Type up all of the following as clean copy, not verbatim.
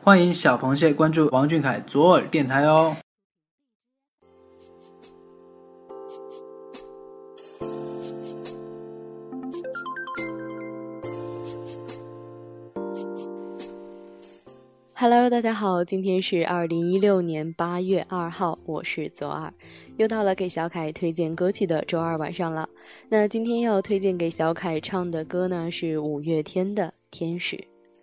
欢迎小螃蟹关注王俊凯左耳电台哦。 Hello， 大家好，今天是2016年8月2号，我是左耳，又到了给小凯推荐歌曲的周二晚上了。那今天要推荐给小凯唱的歌呢，是五月天的《天使》。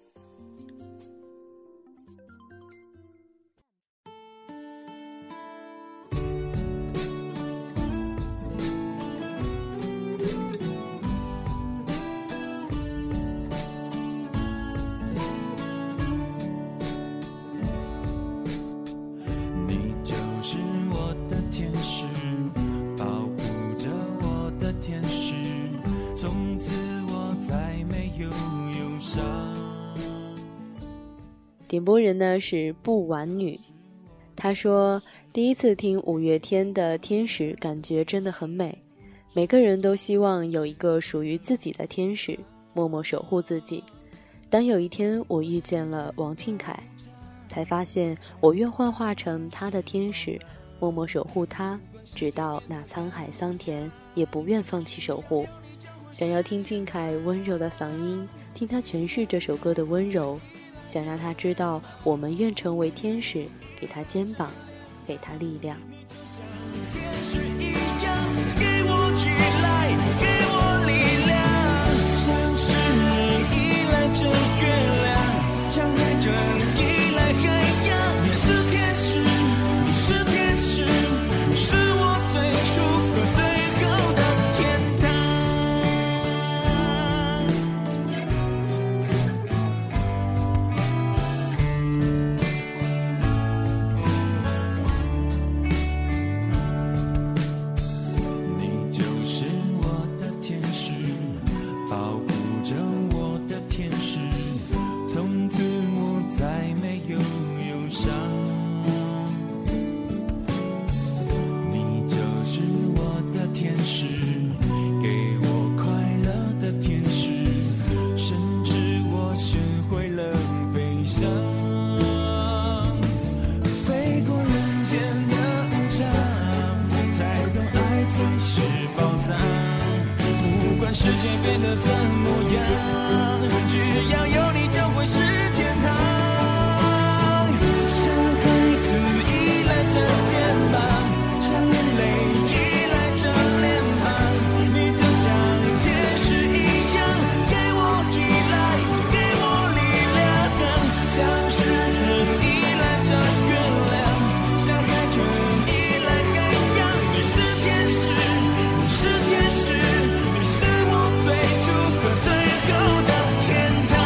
点播人呢是不玩女，他说第一次听五月天的《天使》，感觉真的很美。每个人都希望有一个属于自己的天使，默默守护自己。当有一天我遇见了王俊凯，才发现我愿幻化成他的天使，默默守护他，直到那沧海桑田，也不愿放弃守护。想要听俊凯温柔的嗓音，听他诠释这首歌的温柔，想让他知道我们愿成为天使，给他肩膀，给他力量。 像天使一样给我依赖，给我力量，像是依赖着月亮，像海豚依赖海洋。你是天使，你是天使，你是我最初和最后的天堂。世界变得怎么样，只要有你就会是天堂。像孩子依赖着肩膀，像眼泪依赖着脸庞，你就像天使一样给我依赖，给我力量，像时针依赖着月亮，像海豚依赖海洋。你是天使，你是天使，最初和最后的天堂。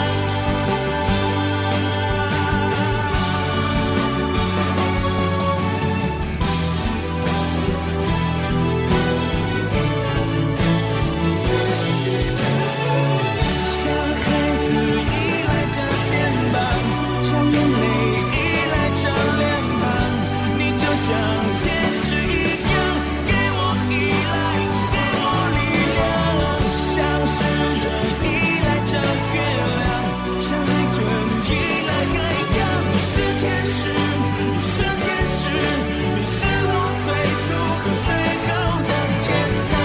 像孩子依赖着肩膀，像眼泪依赖着脸庞，你就像天使一样给我依赖，给我力量，像诗人依赖着月亮，像海豚依赖海洋。你是天使，你是天使，你是我最初和最后的天堂。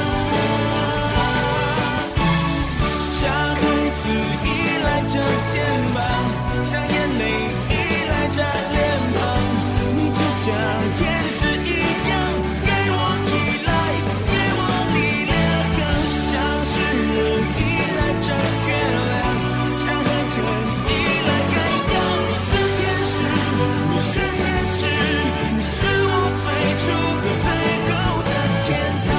像孩子依赖着肩膀，像眼泪依赖着脸庞，你就像天使一样给我依赖，给我力量，像诗人依赖着月亮，像海豚依赖海洋。你是天使，你是天使，你是我最初和最后的天堂。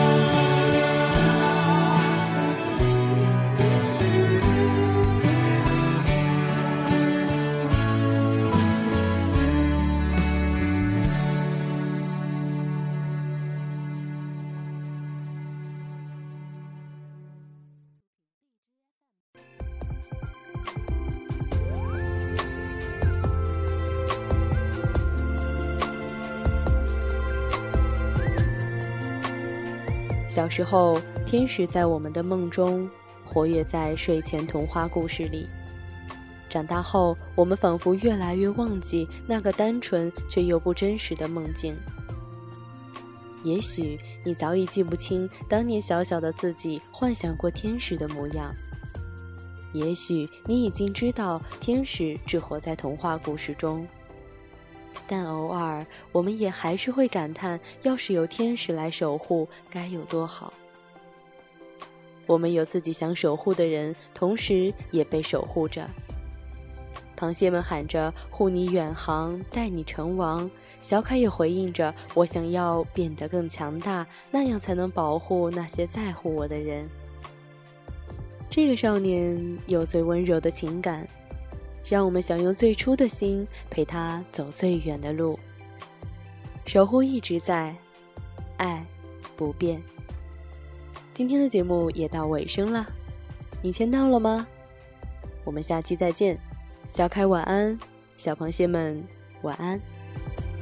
小时候，天使在我们的梦中活跃在睡前童话故事里。 长大后，我们仿佛越来越忘记那个单纯却又不真实的梦境。也许你早已记不清当年小小的自己幻想过天使的模样，也许你已经知道天使只活在童话故事中，但偶尔我们也还是会感叹，要是有天使来守护该有多好。我们有自己想守护的人，同时也被守护着。螃蟹们喊着护你远航，带你成王，小凯也回应着我想要变得更强大，那样才能保护那些在乎我的人。这个少年有最温柔的情感，让我们想用最初的心陪他走最远的路。守护一直在，爱不变。今天的节目也到尾声了，你签到了吗？我们下期再见。小凯晚安，小螃蟹们晚安。